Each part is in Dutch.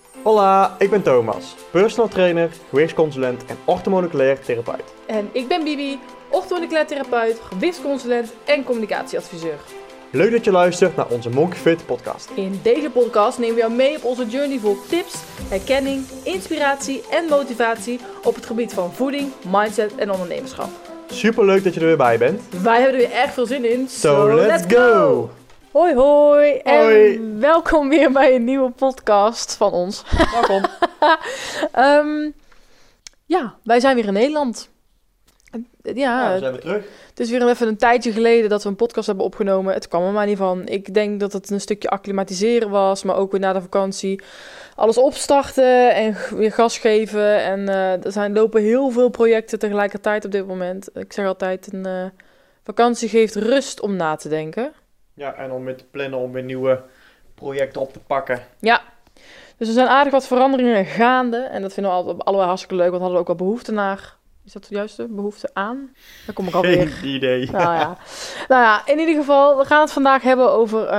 Hola, ik ben Thomas, personal trainer, gewichtsconsulent en orthomoleculair therapeut. En ik ben Bibi, orthomoleculair therapeut, gewichtsconsulent en communicatieadviseur. Leuk dat je luistert naar onze Monkey Fit podcast. In deze podcast nemen we jou mee op onze journey vol tips, herkenning, inspiratie en motivatie op het gebied van voeding, mindset en ondernemerschap. Super leuk dat je er weer bij bent. Wij hebben er weer erg veel zin in, So let's go! Hoi hoi en Hoi. welkom weer bij een nieuwe podcast van ons. Welkom. Wij zijn weer in Nederland. Ja, we zijn weer terug. Het is weer even een tijdje geleden dat we een podcast hebben opgenomen. Het kwam er maar niet van. Ik denk dat het een stukje acclimatiseren was, maar ook weer na de vakantie. Alles opstarten en weer gas geven. En er lopen heel veel projecten tegelijkertijd op dit moment. Ik zeg altijd, een vakantie geeft rust om na te denken. Ja, en om weer te plannen om weer nieuwe projecten op te pakken. Ja, dus er zijn aardig wat veranderingen gaande. En dat vinden we allebei hartstikke leuk, want we hadden ook wel behoefte naar. Is dat de juiste behoefte aan? Daar kom ik alweer. Geen idee. Nou ja, in ieder geval, we gaan het vandaag hebben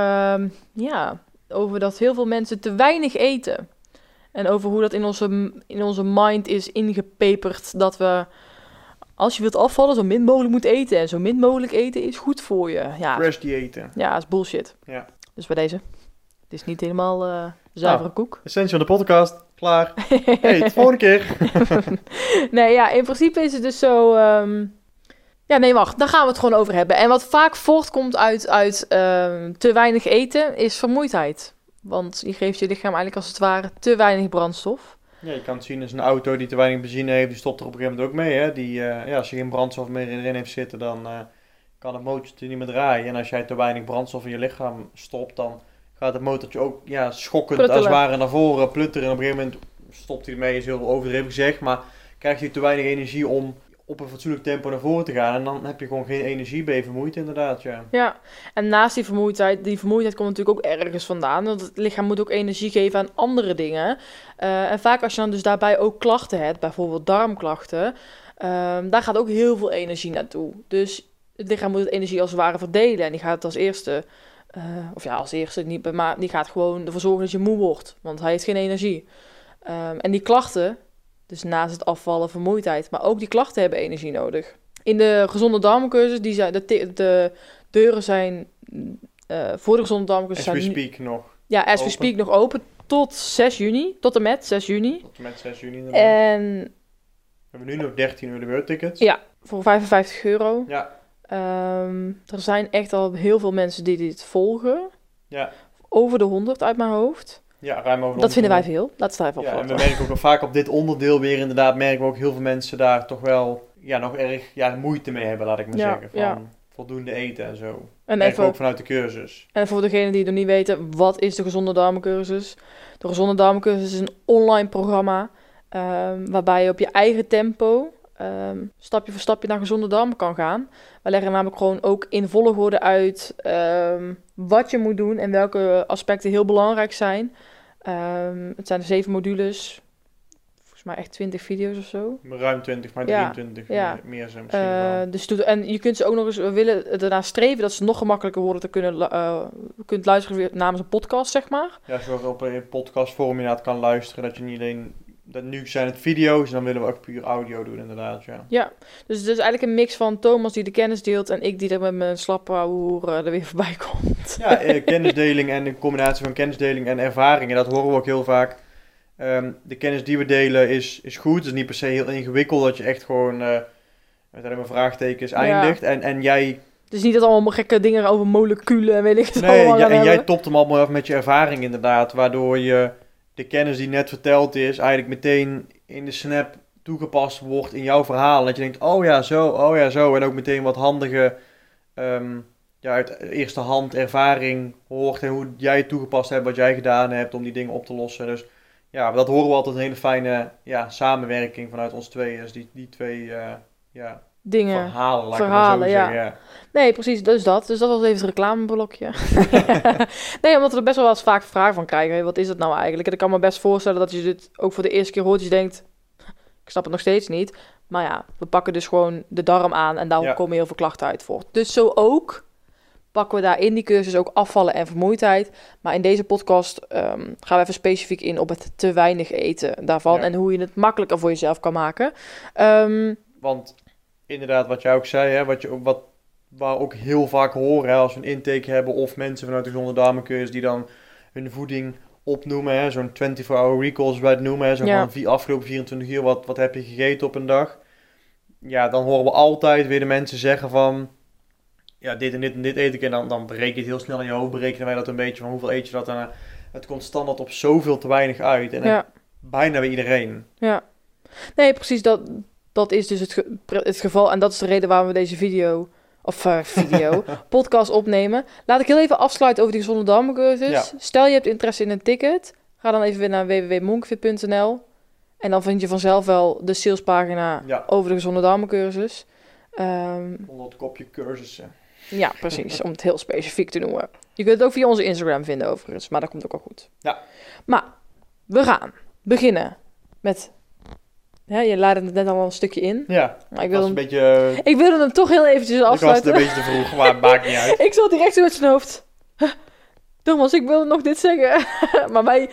over dat heel veel mensen te weinig eten. En over hoe dat in onze mind is ingepeperd dat we, als je wilt afvallen, zo min mogelijk moet eten. En zo min mogelijk eten is goed voor je. Ja, Crash diëten. ja, is bullshit. Ja. Dus bij deze. Het is niet helemaal zuivere koek. Essentie van de podcast. Klaar. Hey, tot volgende keer. Nee, ja, in principe is het dus zo. Wacht, daar gaan we het gewoon over hebben. En wat vaak voortkomt uit te weinig eten, is vermoeidheid. Want je geeft je lichaam eigenlijk als het ware te weinig brandstof. Ja, je kan het zien als een auto die te weinig benzine heeft, die stopt er op een gegeven moment ook mee. Hè? Als je geen brandstof meer erin heeft zitten, dan kan het motortje niet meer draaien. En als jij te weinig brandstof in je lichaam stopt, dan gaat het motortje ook schokkend Pruttelen. als het ware naar voren plutteren. En op een gegeven moment stopt hij ermee, is heel overdreven gezegd, maar krijgt hij te weinig energie om op een fatsoenlijk tempo naar voren te gaan. En dan heb je gewoon geen energie, ben je vermoeid inderdaad, ja. Ja, en naast die vermoeidheid komt natuurlijk ook ergens vandaan. Want het lichaam moet ook energie geven aan andere dingen. En vaak als je dan dus daarbij ook klachten hebt, bijvoorbeeld darmklachten, daar gaat ook heel veel energie naartoe. Dus het lichaam moet het energie als het ware verdelen. En die gaat het als eerste, niet, maar die gaat gewoon ervoor zorgen dat je moe wordt. Want hij heeft geen energie. En die klachten, dus naast het afvallen, vermoeidheid, maar ook die klachten hebben energie nodig. In de gezonde darmcursus, de deuren zijn voor de gezonde darmcursus As we zijn speak nog. Ja, as we open. speak nog open tot 6 juni, tot en met 6 juni. Tot en met 6 juni inderdaad. En We hebben nu nog 13 early bird tickets. ja, voor €55. Ja. Er zijn echt al heel veel mensen die dit volgen. Ja. Over de 100 uit mijn hoofd. Ja, ruim over de Dat vinden wij 100. veel. Laat het even Ja, en we opvatten. merken ook wel vaak op dit onderdeel weer inderdaad, merken we ook heel veel mensen daar toch wel nog erg moeite mee hebben, laat ik maar zeggen. Van voldoende eten en zo. En Merken we ook vanuit de cursus. En voor degenen die het nog niet weten, wat is de Gezonde Darmencursus? De Gezonde Darmencursus is een online programma waarbij je op je eigen tempo stapje voor stapje naar gezonde darmen kan gaan. We leggen namelijk gewoon ook in volgorde uit wat je moet doen en welke aspecten heel belangrijk zijn. Het zijn 7 modules, volgens mij echt 20 video's of zo. Ruim 20, maar Ja, 23 ja. meer zijn misschien wel. En je kunt ze ook nog eens, we willen ernaar streven dat ze nog gemakkelijker worden te kunnen kunt luisteren via- namens een podcast, zeg maar. Ja, zoals je op een podcastvorm inderdaad kan luisteren, dat je niet alleen... Dat nu zijn het video's en dan willen we ook puur audio doen inderdaad, ja. Ja, dus het is eigenlijk een mix van Thomas die de kennis deelt en ik die er met mijn slappe ouwe hoer er weer voorbij komt. Ja, kennisdeling en een combinatie van kennisdeling en ervaringen, dat horen we ook heel vaak. De kennis die we delen is goed, het is niet per se heel ingewikkeld dat je echt gewoon met alleen maar vraagtekens eindigt. En jij... Het is niet dat allemaal gekke dingen over moleculen en weet ik het Nee, allemaal gaan en jij hebben. topt hem allemaal af met je ervaring inderdaad, waardoor je de kennis die net verteld is eigenlijk meteen in de snap toegepast wordt in jouw verhaal. Dat je denkt, oh ja zo. En ook meteen wat handige uit eerste hand ervaring hoort en hoe jij het toegepast hebt, wat jij gedaan hebt om die dingen op te lossen. Dus ja, dat horen we altijd een hele fijne samenwerking vanuit ons tweeën. Dus die twee Dingen. verhalen, laat ik het maar zo zeggen. Ja. Nee, precies, dus dat. Dus dat was even het reclameblokje. Nee, omdat we er best wel eens vaak vragen van krijgen. Hey, wat is het nou eigenlijk? En ik kan me best voorstellen dat je dit ook voor de eerste keer hoort. Dat je denkt, ik snap het nog steeds niet. Maar ja, we pakken dus gewoon de darm aan en daar komen heel veel klachten uit voort. Dus zo ook pakken we daar in die cursus ook afvallen en vermoeidheid. Maar in deze podcast gaan we even specifiek in op het te weinig eten daarvan. Ja. En hoe je het makkelijker voor jezelf kan maken. Want inderdaad, wat jij ook zei, hè, waar we ook heel vaak horen, hè, als we een intake hebben of mensen vanuit de Gezonde Damecursus die dan hun voeding opnoemen, hè, zo'n 24-hour recall zoals wij het noemen, hè, zo van afgelopen 24 uur, wat heb je gegeten op een dag? Ja, dan horen we altijd weer de mensen zeggen van, ja, dit en dit en dit eet ik, en dan bereken je het heel snel in je hoofd, berekenen wij dat een beetje, van hoeveel eet je dat, en het komt standaard op zoveel te weinig uit, en bijna bij iedereen. Ja, nee, precies, dat is dus het geval, en dat is de reden waarom we deze podcast opnemen. Laat ik heel even afsluiten over die Gezonde Darmencursus. Ja. Stel je hebt interesse in een ticket, ga dan even weer naar www.monkfit.nl en dan vind je vanzelf wel de salespagina over de Gezonde Darmencursus. Onder het kopje cursussen. Ja, precies, om het heel specifiek te noemen. Je kunt het ook via onze Instagram vinden overigens, maar dat komt ook al goed. Ja. Maar we gaan beginnen met... Ja, je laadde het net al een stukje in. Ja, maar ik wilde hem toch heel eventjes afsluiten. Ik was het een beetje te vroeg, maar het maakt niet uit. Ik zat direct zo met zijn hoofd. Thomas, ik wilde nog dit zeggen. Maar wij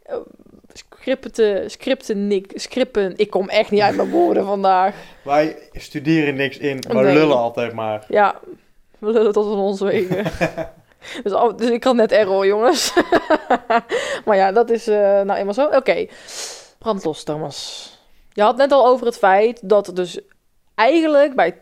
scrippen. Ik kom echt niet uit mijn woorden vandaag. Wij studeren niks in, maar lullen altijd maar. Ja, we lullen tot van ons wegen. dus ik had net error, jongens. Maar ja, dat is nou eenmaal zo. Oké, brand los, Thomas. Je had net al over het feit dat er dus eigenlijk bij 80%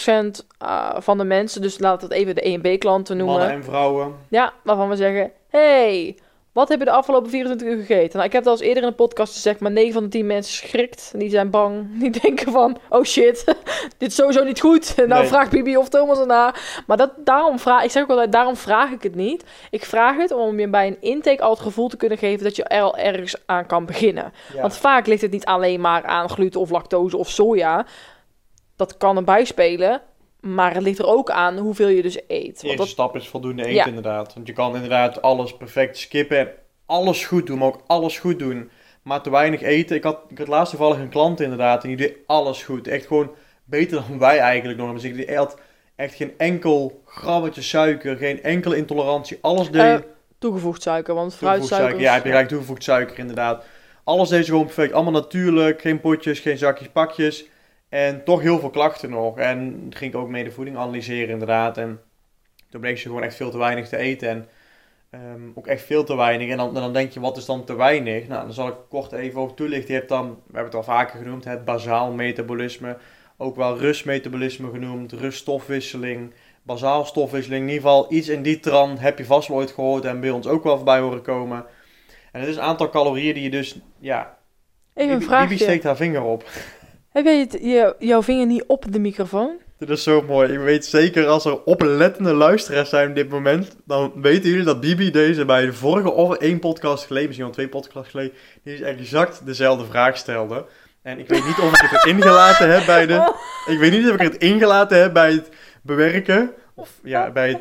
van de mensen, dus laten we het even de E- en B-klanten noemen. Mannen en vrouwen. Ja, waarvan we zeggen, hey, wat heb je de afgelopen 24 uur gegeten? Nou, ik heb het al eens eerder in de podcast gezegd, maar 9 van de 10 mensen schrikt. Die zijn bang. Die denken van, oh shit, dit is sowieso niet goed. Nou vraagt Bibi of Thomas erna. Maar daarom vraag ik het niet. Ik vraag het om je bij een intake al het gevoel te kunnen geven dat je er al ergens aan kan beginnen. Ja. Want vaak ligt het niet alleen maar aan gluten of lactose of soja. Dat kan erbij spelen. Maar het ligt er ook aan hoeveel je dus eet. De eerste stap is voldoende eten inderdaad. Want je kan inderdaad alles perfect skippen en alles goed doen, maar ook alles goed doen. Maar te weinig eten. Ik had laatst toevallig een klant inderdaad en die deed alles goed. Echt gewoon beter dan wij eigenlijk nog. Dus die had echt geen enkel grammetje suiker, geen enkele intolerantie. Alles deed... Toegevoegd suiker, want fruitsuiker... Ja, heb je gelijk toegevoegd suiker inderdaad. Alles deed ze gewoon perfect. Allemaal natuurlijk, geen potjes, geen zakjes, pakjes. En toch heel veel klachten nog. En ging ik ook mee de voeding analyseren inderdaad. En toen bleek ze gewoon echt veel te weinig te eten. En ook echt veel te weinig. En dan denk je, wat is dan te weinig? Nou, dan zal ik kort even over toelichten. Je hebt dan, we hebben het al vaker genoemd, het basaal metabolisme. Ook wel rustmetabolisme genoemd. Ruststofwisseling, basaal stofwisseling. In ieder geval iets in die trant heb je vast wel ooit gehoord. En bij ons ook wel voorbij horen komen. En het is een aantal calorieën die je dus, ja... Even een vraagje. Bibi steekt haar vinger op. Heb jij jouw vinger niet op de microfoon? Dit is zo mooi. Ik weet zeker als er oplettende luisteraars zijn op dit moment, dan weten jullie dat Bibi deze bij de vorige of 1 podcast geleden, misschien wel 2 podcasts geleden, die exact dezelfde vraag stelde. En ik weet niet of ik het ingelaten heb bij de... Ik weet niet of ik het ingelaten heb bij het bewerken. Of ja, bij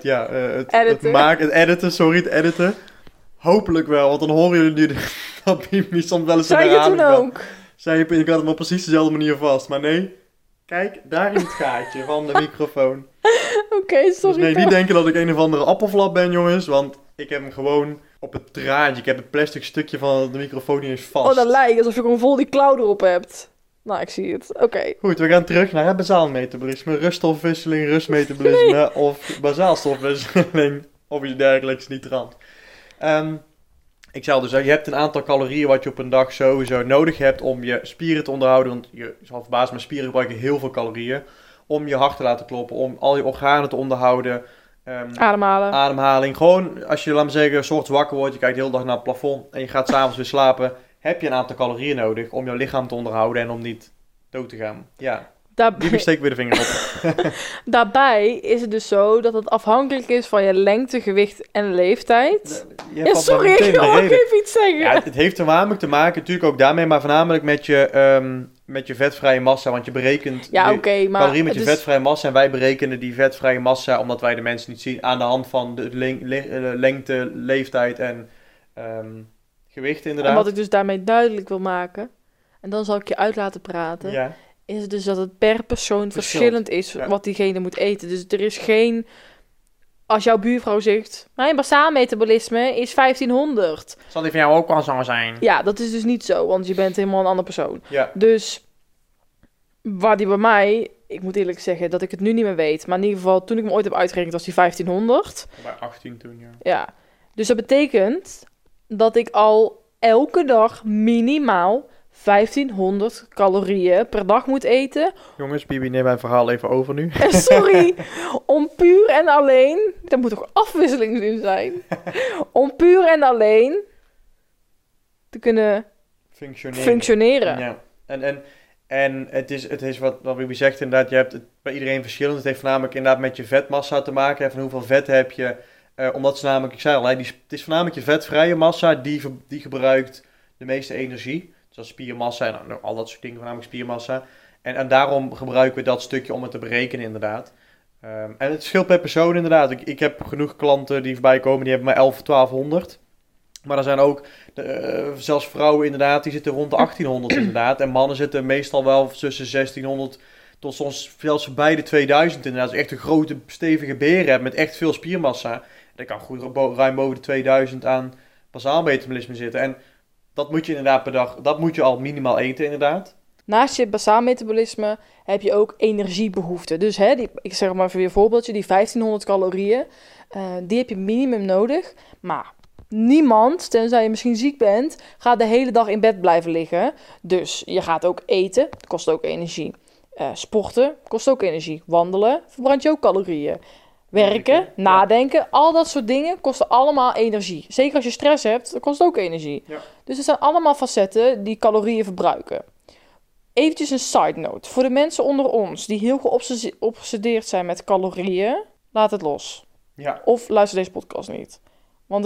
het editen. Hopelijk wel, want dan horen jullie nu dat Bibi soms wel eens in herhaling zei je toen ook? Ik had hem op precies dezelfde manier vast. Maar nee, kijk, daar in het gaatje van de microfoon. Oké, sorry. Dus nee, niet denken dat ik een of andere appelflap ben, jongens. Want ik heb hem gewoon op het draadje. Ik heb het plastic stukje van de microfoon niet eens vast. Oh, dat lijkt alsof je gewoon vol die klauw erop hebt. Nou, ik zie het. Oké. Goed, we gaan terug naar het basaal metabolisme. Ruststofwisseling, rustmetabolisme of basaalstofwisseling. Of iets dergelijks, niet trant. Ik zou dus zeggen, je hebt een aantal calorieën wat je op een dag sowieso nodig hebt om je spieren te onderhouden. Want je zal verbazen, maar spieren gebruiken heel veel calorieën. Om je hart te laten kloppen, om al je organen te onderhouden. Ademhaling. Gewoon, als je, laat maar zeggen, een soort wakker wordt, je kijkt de hele dag naar het plafond en je gaat 's avonds weer slapen, heb je een aantal calorieën nodig om jouw lichaam te onderhouden en om niet dood te gaan. Ja. Bibi steekt weer de vinger op. Daarbij is het dus zo dat het afhankelijk is van je lengte, gewicht en leeftijd. Sorry, ik wil ook even iets zeggen. Ja, het heeft te maken natuurlijk ook daarmee, maar voornamelijk met je vetvrije massa. Want je berekent calorieën met je vetvrije massa. En wij berekenen die vetvrije massa, omdat wij de mensen niet zien, aan de hand van de lengte, leeftijd en gewicht inderdaad. En wat ik dus daarmee duidelijk wil maken, en dan zal ik je uit laten praten... Ja. Is het dus dat het per persoon verschillend is wat diegene moet eten. Dus er is geen als jouw buurvrouw zegt, mijn basaal metabolisme is 1500. Zal die van jou ook wel zo zijn? Ja, dat is dus niet zo, want je bent helemaal een andere persoon. Ja. Dus waar die bij mij, ik moet eerlijk zeggen dat ik het nu niet meer weet, maar in ieder geval toen ik me ooit heb uitgerekend was die 1500. Bij 18 toen, ja. Ja, dus dat betekent dat ik al elke dag minimaal 1500 calorieën per dag moet eten. Jongens, Bibi, neem mijn verhaal even over nu. Sorry, om puur en alleen, daar moet toch afwisseling in zijn, om puur en alleen te kunnen functioneren. Ja. En het is wat Bibi zegt inderdaad, je hebt het bij iedereen verschillend. Het heeft voornamelijk inderdaad met je vetmassa te maken. Hè, van hoeveel vet heb je. Omdat ze namelijk, ik zei al, het is voornamelijk je vetvrije massa die gebruikt de meeste energie. Zoals spiermassa en al dat soort dingen, voornamelijk spiermassa. En daarom gebruiken we dat stukje om het te berekenen inderdaad. En het verschilt per persoon inderdaad. Ik heb genoeg klanten die voorbij komen, die hebben maar 11 of 1200. Maar er zijn ook zelfs vrouwen inderdaad, die zitten rond de 1800 inderdaad. En mannen zitten meestal wel tussen 1600 tot soms zelfs voorbij de 2000 inderdaad. Dus echt een grote stevige beren hebben met echt veel spiermassa. Dat kan goed ruim boven de 2000 aan basaal metabolisme zitten. En dat moet je inderdaad per dag, dat moet je al minimaal eten inderdaad. Naast je basaal metabolisme heb je ook energiebehoeften. Dus ik zeg maar voor je voorbeeldje, die 1500 calorieën, die heb je minimum nodig. Maar niemand, tenzij je misschien ziek bent, gaat de hele dag in bed blijven liggen. Dus je gaat ook eten, dat kost ook energie. Sporten kost ook energie. Wandelen verbrandt je ook calorieën. Werken, nadenken, al dat soort dingen kosten allemaal energie. Zeker als je stress hebt, dat kost ook energie. Ja. Dus er zijn allemaal facetten die calorieën verbruiken. Eventjes een side note. Voor de mensen onder ons die heel geobsedeerd zijn met calorieën, laat het los. Ja. Of luister deze podcast niet. Want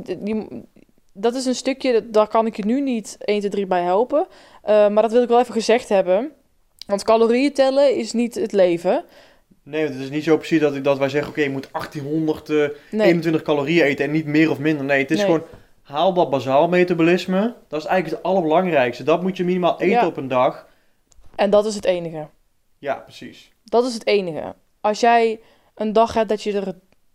dat is een stukje, daar kan ik je nu niet 1, 2, 3 bij helpen. Maar dat wil ik wel even gezegd hebben. Want calorieën tellen is niet het leven. Nee, het is niet zo precies dat wij zeggen, oké, je moet 1821 calorieën eten en niet meer of minder. Nee, het is gewoon haalbaar basaal metabolisme. Dat is eigenlijk het allerbelangrijkste. Dat moet je minimaal eten op een dag. En dat is het enige. Ja, precies. Dat is het enige. Als jij een dag hebt dat je er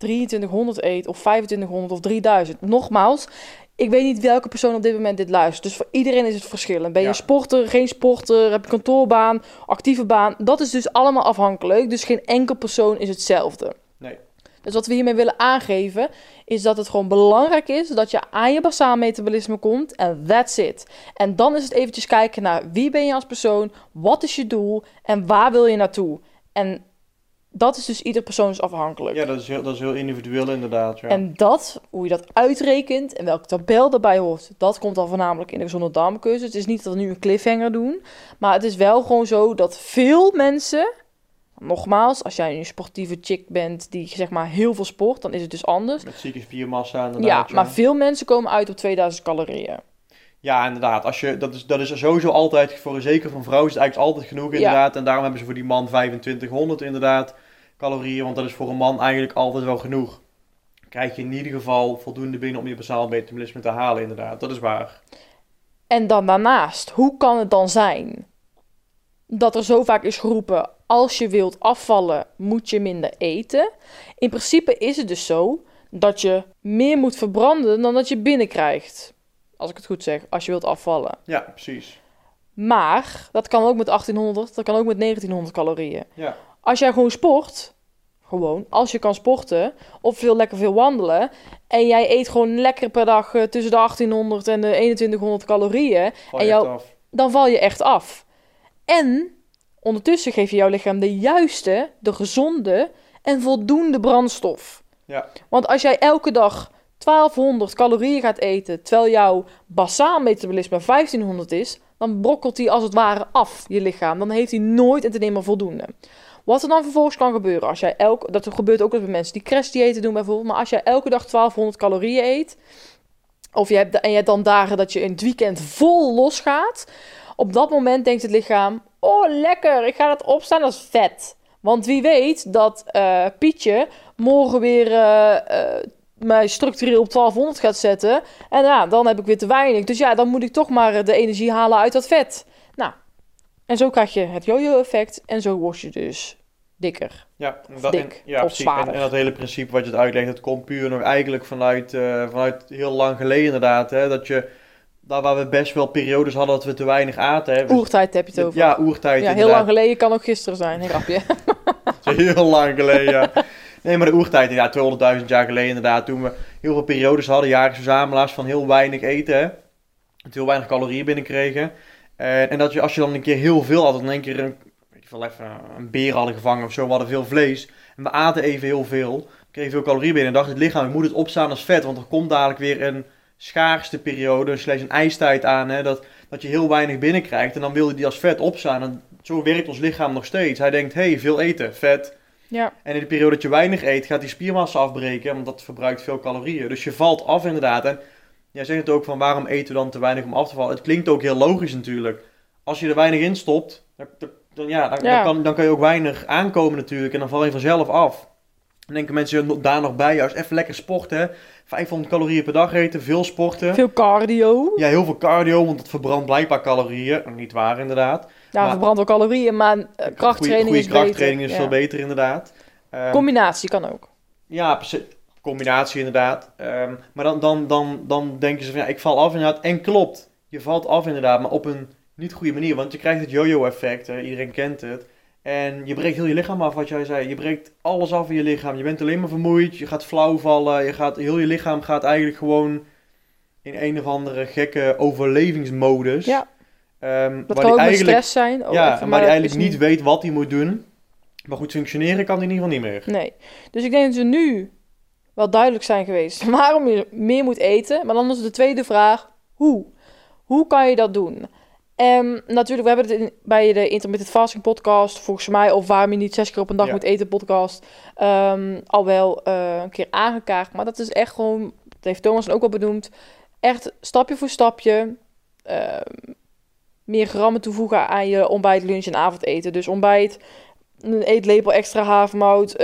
2300 eet of 2500 of 3000. Nogmaals, ik weet niet welke persoon op dit moment dit luistert. Dus voor iedereen is het verschillend. Ben je sporter, geen sporter, heb je kantoorbaan, actieve baan. Dat is dus allemaal afhankelijk. Dus geen enkel persoon is hetzelfde. Nee. Dus wat we hiermee willen aangeven, is dat het gewoon belangrijk is dat je aan je basaal metabolisme komt. En that's it. En dan is het eventjes kijken naar wie ben je als persoon, wat is je doel en waar wil je naartoe. En dat is dus ieder persoonsafhankelijk. Ja, dat is heel individueel inderdaad. Ja. En hoe je dat uitrekent en welke tabel daarbij hoort, dat komt dan voornamelijk in de gezonde darmcursus. Het is niet dat we nu een cliffhanger doen, maar het is wel gewoon zo dat veel mensen, nogmaals, als jij een sportieve chick bent die zeg maar heel veel sport, dan is het dus anders. Met zieke spiermassa inderdaad. Ja, maar veel mensen komen uit op 2000 calorieën. Ja, inderdaad. Dat is sowieso altijd, zeker van vrouwen is het eigenlijk altijd genoeg inderdaad. Ja. En daarom hebben ze voor die man 2500 inderdaad calorieën, want dat is voor een man eigenlijk altijd wel genoeg. Krijg je in ieder geval voldoende binnen om je basaal metabolisme te halen inderdaad. Dat is waar. En dan daarnaast, hoe kan het dan zijn dat er zo vaak is geroepen, als je wilt afvallen, moet je minder eten? In principe is het dus zo dat je meer moet verbranden dan dat je binnenkrijgt. Als ik het goed zeg, als je wilt afvallen. Ja, precies. Maar dat kan ook met 1800, dat kan ook met 1900 calorieën. Ja. Als jij gewoon sport, als je kan sporten of lekker veel wandelen en jij eet gewoon lekker per dag tussen de 1800 en de 2100 calorieën, dan val je echt af. En ondertussen geef je jouw lichaam de juiste, de gezonde en voldoende brandstof. Ja. Want als jij elke dag 1200 calorieën gaat eten, terwijl jouw basaal metabolisme 1500 is, dan brokkelt hij als het ware af, je lichaam. Dan heeft hij nooit en te nemen voldoende. Wat er dan vervolgens kan gebeuren, als jij dat gebeurt ook bij mensen die crashdiëten doen bijvoorbeeld, maar als jij elke dag 1200 calorieën eet, en je hebt dan dagen dat je in het weekend vol losgaat, op dat moment denkt het lichaam, oh lekker, ik ga dat opstaan als vet. Want wie weet dat Pietje morgen weer mij structureel op 1200 gaat zetten. En ja, dan heb ik weer te weinig. Dus ja, dan moet ik toch maar de energie halen uit dat vet. Nou, en zo krijg je het yo-yo-effect. En zo word je dus dikker. Ja, dik, ja, of precies. zwaarder. En dat hele principe wat je het uitlegt, dat komt puur nog eigenlijk vanuit heel lang geleden inderdaad. Hè, daar waar we best wel periodes hadden dat we te weinig aten. Hè. Oertijd heb je het over. Ja, oertijd Ja, heel inderdaad. lang geleden kan ook gisteren zijn, een grapje. Heel lang geleden, ja. Nee, maar de oertijd, ja, 200.000 jaar geleden inderdaad. Toen we heel veel periodes hadden, jaarlijks verzamelaars van heel weinig eten. Hè. Dat we heel weinig calorieën binnenkregen. En dat je, als je dan een keer heel veel had, dan in één keer een beer hadden gevangen of zo. We hadden veel vlees. En we aten even heel veel. Kregen veel calorieën binnen. En dacht het lichaam, ik moet het opstaan als vet. Want er komt dadelijk weer een schaarste periode, een ijstijd aan. Hè, dat je heel weinig binnenkrijgt. En dan wil je die als vet opstaan. En zo werkt ons lichaam nog steeds. Hij denkt, veel eten, vet. Ja. En in de periode dat je weinig eet, gaat die spiermassa afbreken. Want dat verbruikt veel calorieën. Dus je valt af inderdaad. En jij zegt het ook van, waarom eten we dan te weinig om af te vallen? Het klinkt ook heel logisch natuurlijk. Als je er weinig in stopt, dan kan je ook weinig aankomen natuurlijk. En dan val je vanzelf af. Dan denken mensen daar nog bij, juist even lekker sporten. Hè? 500 calorieën per dag eten, veel sporten. Veel cardio. Ja, heel veel cardio, want het verbrandt blijkbaar calorieën. Niet waar inderdaad. Ja, het verbrandt wel calorieën, maar krachttraining goede is beter. krachttraining is Ja. veel beter inderdaad. Combinatie kan ook. Ja, combinatie inderdaad. Maar dan denken ze van, ja, ik val af inderdaad. En klopt, je valt af inderdaad, maar op een niet goede manier. Want je krijgt het yo-yo effect, iedereen kent het. En je breekt heel je lichaam af, wat jij zei. Je breekt alles af in je lichaam. Je bent alleen maar vermoeid, je gaat flauw vallen. Heel je lichaam gaat eigenlijk gewoon in een of andere gekke overlevingsmodus. Ja, dat waar kan ook met eigenlijk, stress zijn. maar die eigenlijk niet weet wat hij moet doen. Maar goed functioneren kan hij in ieder geval niet meer. Nee. Dus ik denk dat we nu wel duidelijk zijn geweest waarom je meer moet eten. Maar dan is de tweede vraag, hoe? Hoe kan je dat doen? En natuurlijk, we hebben het bij de Intermittent Fasting podcast, volgens mij, of waarom je niet 6 keer op een dag moet eten podcast, al wel een keer aangekaart. Maar dat is echt gewoon, dat heeft Thomas ook al benoemd, echt stapje voor stapje meer grammen toevoegen aan je ontbijt, lunch en avondeten. Dus ontbijt, een eetlepel extra havermout,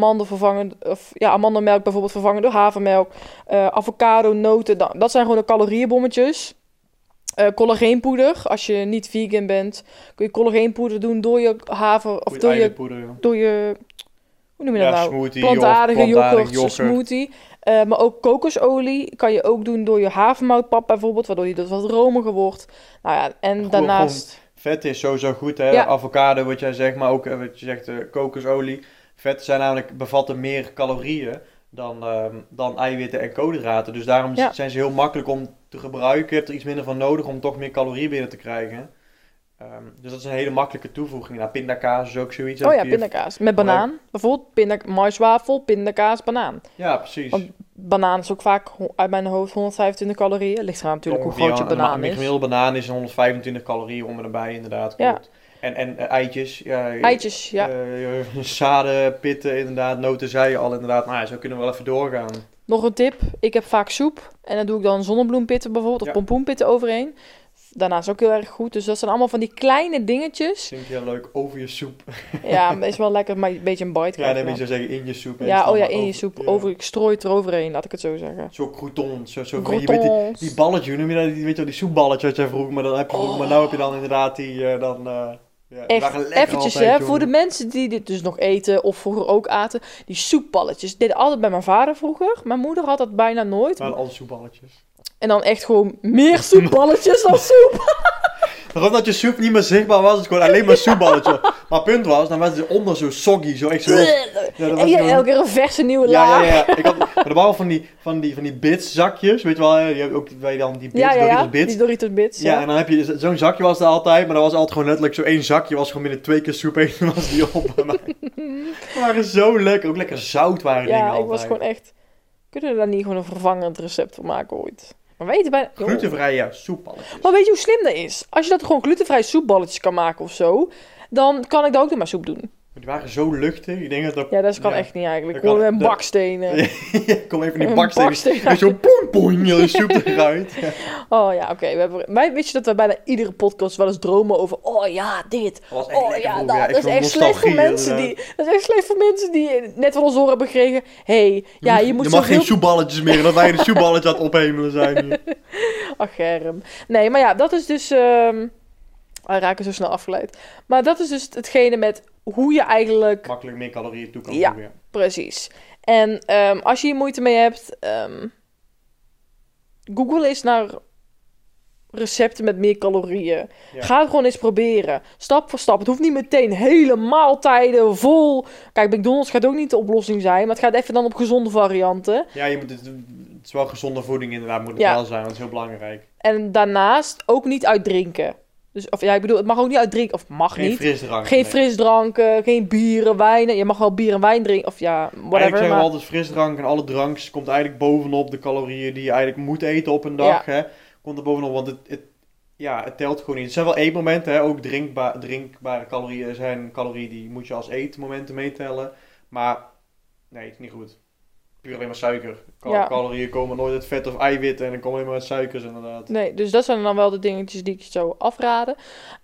amandelmelk bijvoorbeeld vervangen door havermelk, avocado, noten, dat zijn gewoon de calorieënbommetjes. Collageenpoeder, als je niet vegan bent, kun je collageenpoeder doen door je door je hoe noem je dat nou? Smoothie, plantaardige yoghurt, smoothie. Maar ook kokosolie kan je ook doen door je havermoutpap bijvoorbeeld, waardoor je dus wat romiger wordt. Nou ja, en daarnaast vet is sowieso goed, hè? Ja. Avocado, wat jij zegt, maar ook wat je zegt, kokosolie. Vetten zijn namelijk, bevatten meer calorieën dan eiwitten en koolhydraten. Dus daarom zijn ze heel makkelijk om te gebruiken. Je hebt er iets minder van nodig om toch meer calorieën binnen te krijgen. Dus dat is een hele makkelijke toevoeging. Nou, pindakaas is ook zoiets. Oh ja, pindakaas. Met banaan. Bijvoorbeeld maiswafel, pindakaas, banaan. Ja, precies. Want banaan is ook vaak uit mijn hoofd 125 calorieën. Ligt eraan natuurlijk hoe groot je banaan is. Een gemiddelde banaan is 125 calorieën om en erbij inderdaad. Ja. En eitjes. Ja, eitjes, ja. Zaden, pitten inderdaad. Noten zei je al inderdaad. Nou, zo kunnen we wel even doorgaan. Nog een tip. Ik heb vaak soep. En dan doe ik dan zonnebloempitten bijvoorbeeld. Of pompoenpitten overheen. Daarnaast ook heel erg goed. Dus dat zijn allemaal van die kleine dingetjes. Klinkt heel leuk. Over je soep. Ja, maar is wel lekker. Maar een beetje een bite krijgen. Ja, nee, je zou zeggen in je soep. Ja, in je soep. Ja. Ik strooi het eroverheen, laat ik het zo zeggen. Zo croutons. Croutons. Die balletjes, hoe noem je dat? Weet je wel, die soepballetjes wat jij vroeg. Maar dan heb je maar nou heb je dan inderdaad die echt, eventjes altijd, hè, voor de mensen die dit dus nog eten of vroeger ook aten, die soepballetjes. Deden altijd bij mijn vader vroeger. Mijn moeder had dat bijna nooit. Maar alle soepballetjes. En dan echt gewoon meer soepballetjes dan soep. Daarom dat je soep niet meer zichtbaar was, het gewoon alleen maar soepballetje. Maar het punt was, dan was het onder zo soggy, zo echt zo. En je elke keer een verse nieuwe laag. Ja. Maar er waren van die bits zakjes, weet je wel, je hebt ook waar je dan die bits, Doritos bits. Die Doritos bits. Ja, en dan heb je zo'n zakje was er altijd, maar dat was altijd gewoon letterlijk zo één zakje, was gewoon binnen 2 keer soep eten, was die op bij mij. Die waren zo lekker, ook lekker zout waren dingen altijd. Ja, ik was gewoon echt, kunnen we daar niet gewoon een vervangend recept voor maken ooit? Maar weet je bijna... Glutenvrije soepballetjes. Maar weet je hoe slim dat is? Als je dat gewoon glutenvrije soepballetjes kan maken of zo, dan kan ik dat ook in mijn soep doen. Die waren zo luchtig. Ik denk dat ja, dat kan echt niet eigenlijk. Gewoon met bakstenen. Kom even die bakstenen. En zo poen, je soep eruit. Ja. Oh ja, oké. Weet je dat we bijna iedere podcast wel eens dromen over... Oh ja, dit. Dat is echt slecht voor mensen die... Dat is echt slecht voor mensen die net van ons door hebben gekregen... je mag geen soepballetjes meer. En dat wij de soepballetjes aan het ophemelen zijn hier. Ach, Germ. Nee, maar ja, dat is dus... We raken zo snel afgeleid. Maar dat is dus hetgene met hoe je eigenlijk... Makkelijk meer calorieën toe kan Ja. voegen. Precies. En als je hier moeite mee hebt, Google eens naar recepten met meer calorieën. Ja. Ga het gewoon eens proberen. Stap voor stap. Het hoeft niet meteen hele maaltijden vol. Kijk, McDonald's gaat ook niet de oplossing zijn, maar het gaat even dan op gezonde varianten. Ja, het is wel gezonde voeding inderdaad, moet het Ja. wel zijn, want dat is heel belangrijk. En daarnaast ook niet uitdrinken. Dus, of ja, ik bedoel, het mag ook niet uitdrinken, of mag Geen niet. frisdrank. Geen nee. frisdranken, geen bieren, wijnen. Je mag wel bier en wijn drinken, of ja, Eigenlijk whatever. zeggen we Maar altijd frisdrank en alle dranks komt eigenlijk bovenop de calorieën die je eigenlijk moet eten op een dag. Hè? Komt er bovenop, want het telt gewoon niet. Het zijn wel eetmomenten, hè? Ook drinkbare calorieën zijn calorieën die moet je als eetmomenten meetellen. Maar nee, het is niet goed. Puur alleen maar suiker. Ja. Calorieën komen nooit uit vet of eiwitten en dan komen alleen maar uit suikers inderdaad. nee, dus dat zijn dan wel de dingetjes die ik je zou afraden.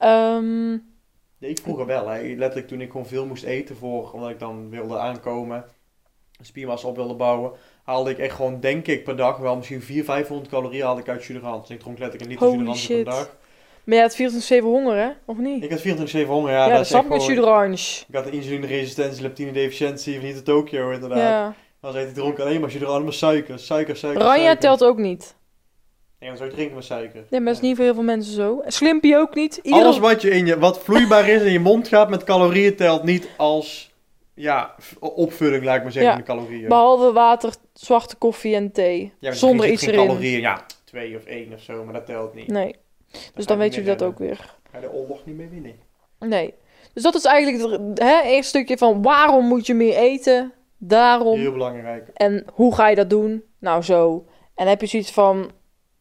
Nee, ik vroeger wel. Hè. Letterlijk toen ik gewoon veel moest eten omdat ik dan wilde aankomen, spiermassa op wilde bouwen, haalde ik echt gewoon, denk ik, per dag wel misschien 400-500 calorieën haalde ik uit jus de rans. Dus ik dronk letterlijk een liter Holy jus de rans per shit. dag. Maar je had 24/7 honger, hè? Of niet? Ik had 24/7 honger, Ja, dat dat is snap echt ik met gewoon... jus d'orange. Ik had de insulineresistentie, leptinedeficiëntie van niet de Tokyo inderdaad. Ja. Dan zei hij, dronk alleen maar jus de rans, allemaal suiker. Ranja suiker. telt ook niet. Nee, dan zou je drinken met suiker. Nee, maar dat is niet voor heel veel mensen zo. Slimpy ook niet. Alles wat vloeibaar is in je mond gaat met calorieën telt niet als opvulling, laat ik maar zeggen, Ja. in de calorieën. Behalve water, zwarte koffie en thee. Ja, maar zonder er iets geen erin. calorieën, 2 of 1 of zo, maar dat telt niet. Nee. Dus ga dan je weet niet je dat meer ook weer. Ga je de oorlog niet mee winnen. Nee. Dus dat is eigenlijk het eerste stukje van waarom moet je meer eten? Daarom. Heel belangrijk. En hoe ga je dat doen? Nou, zo. En heb je zoiets van...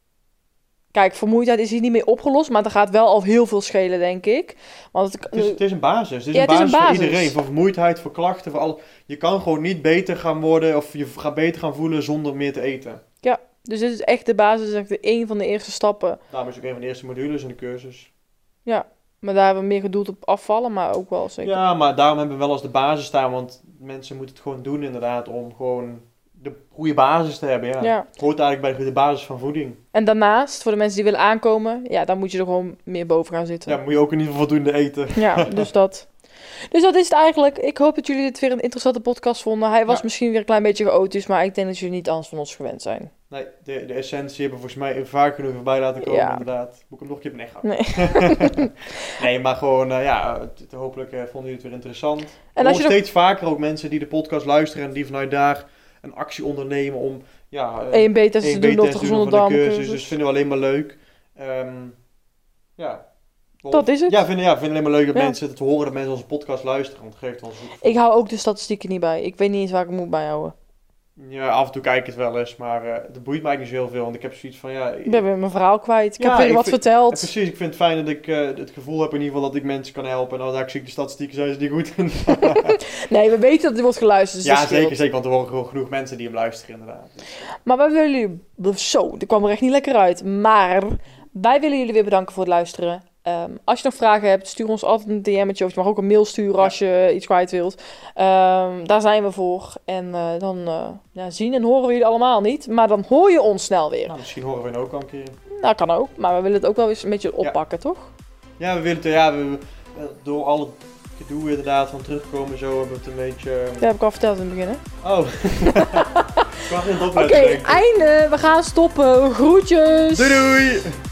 Kijk, vermoeidheid is hier niet mee opgelost, maar er gaat wel al heel veel schelen, denk ik. Want Het is een basis. Het is Ja, een het is basis een voor basis. iedereen. Voor vermoeidheid, voor klachten, voor alles. Je kan gewoon niet beter gaan worden of je gaat beter gaan voelen zonder meer te eten. dus dit is echt de basis, echt een van de eerste stappen. Daarom is ook een van de eerste modules in de cursus. Maar daar hebben we meer gedoeld op afvallen, maar ook wel zeker. Ja, maar daarom hebben we wel als de basis staan, want mensen moeten het gewoon doen inderdaad om gewoon de goede basis te hebben. Ja. Ja. Het hoort eigenlijk bij de basis van voeding. En daarnaast, voor de mensen die willen aankomen, ja, dan moet je er gewoon meer boven gaan zitten. Ja, moet je ook in ieder geval voldoende eten. Ja, dus dat. Dus dat is het eigenlijk. Ik hoop dat jullie dit weer een interessante podcast vonden. Hij was Ja. misschien weer een klein beetje chaotisch, maar ik denk dat jullie niet anders van ons gewend zijn. Nee, de essentie hebben we volgens mij vaak genoeg voorbij laten komen, Ja. inderdaad. Moet ik hem nog een keer op een echt Nee. Nee, maar gewoon, hopelijk vonden jullie het weer interessant. En als je nog steeds vaker ook mensen die de podcast luisteren en die vanuit daar een actie ondernemen om EMB-testen te doen of de gezonde van de cursus. darmcursus. Dus vinden we alleen maar leuk. Dat is het. Ja, vinden het alleen maar leuk dat Ja. mensen het horen, dat mensen onze podcast luisteren. Want het geeft ons ook... Ik hou ook de statistieken niet bij. Ik weet niet eens waar ik het moet bijhouden. Ja, af en toe kijk ik het wel eens, maar het boeit mij niet zo heel veel. Want ik heb zoiets van, Ik ben weer mijn verhaal kwijt. Ik Ja, heb weer ik wat vind- verteld. precies, ik vind het fijn dat ik het gevoel heb in ieder geval dat ik mensen kan helpen. En als ik de statistieken zijn, is die goed. Nee, we weten dat dit wordt geluisterd. Dus Ja, dat scheelt. zeker, want er worden gewoon genoeg mensen die hem luisteren inderdaad. Maar wij willen jullie... Zo, dit kwam er echt niet lekker uit. Maar wij willen jullie weer bedanken voor het luisteren. Als je nog vragen hebt, stuur ons altijd een DM'tje. Of je mag ook een mail sturen als je iets kwijt wilt. Daar zijn we voor. En dan zien en horen we jullie allemaal niet. Maar dan hoor je ons snel weer. Nou, misschien horen we hem ook al een keer. Nou, kan ook. Maar we willen het ook wel eens een beetje oppakken, toch? Ja, we willen het, door al het gedoe inderdaad van terugkomen zo hebben we het een beetje... Dat heb ik al verteld in het begin, hè? Oh. Ik wacht even op Oké, einde. We gaan stoppen. Groetjes. Doei doei!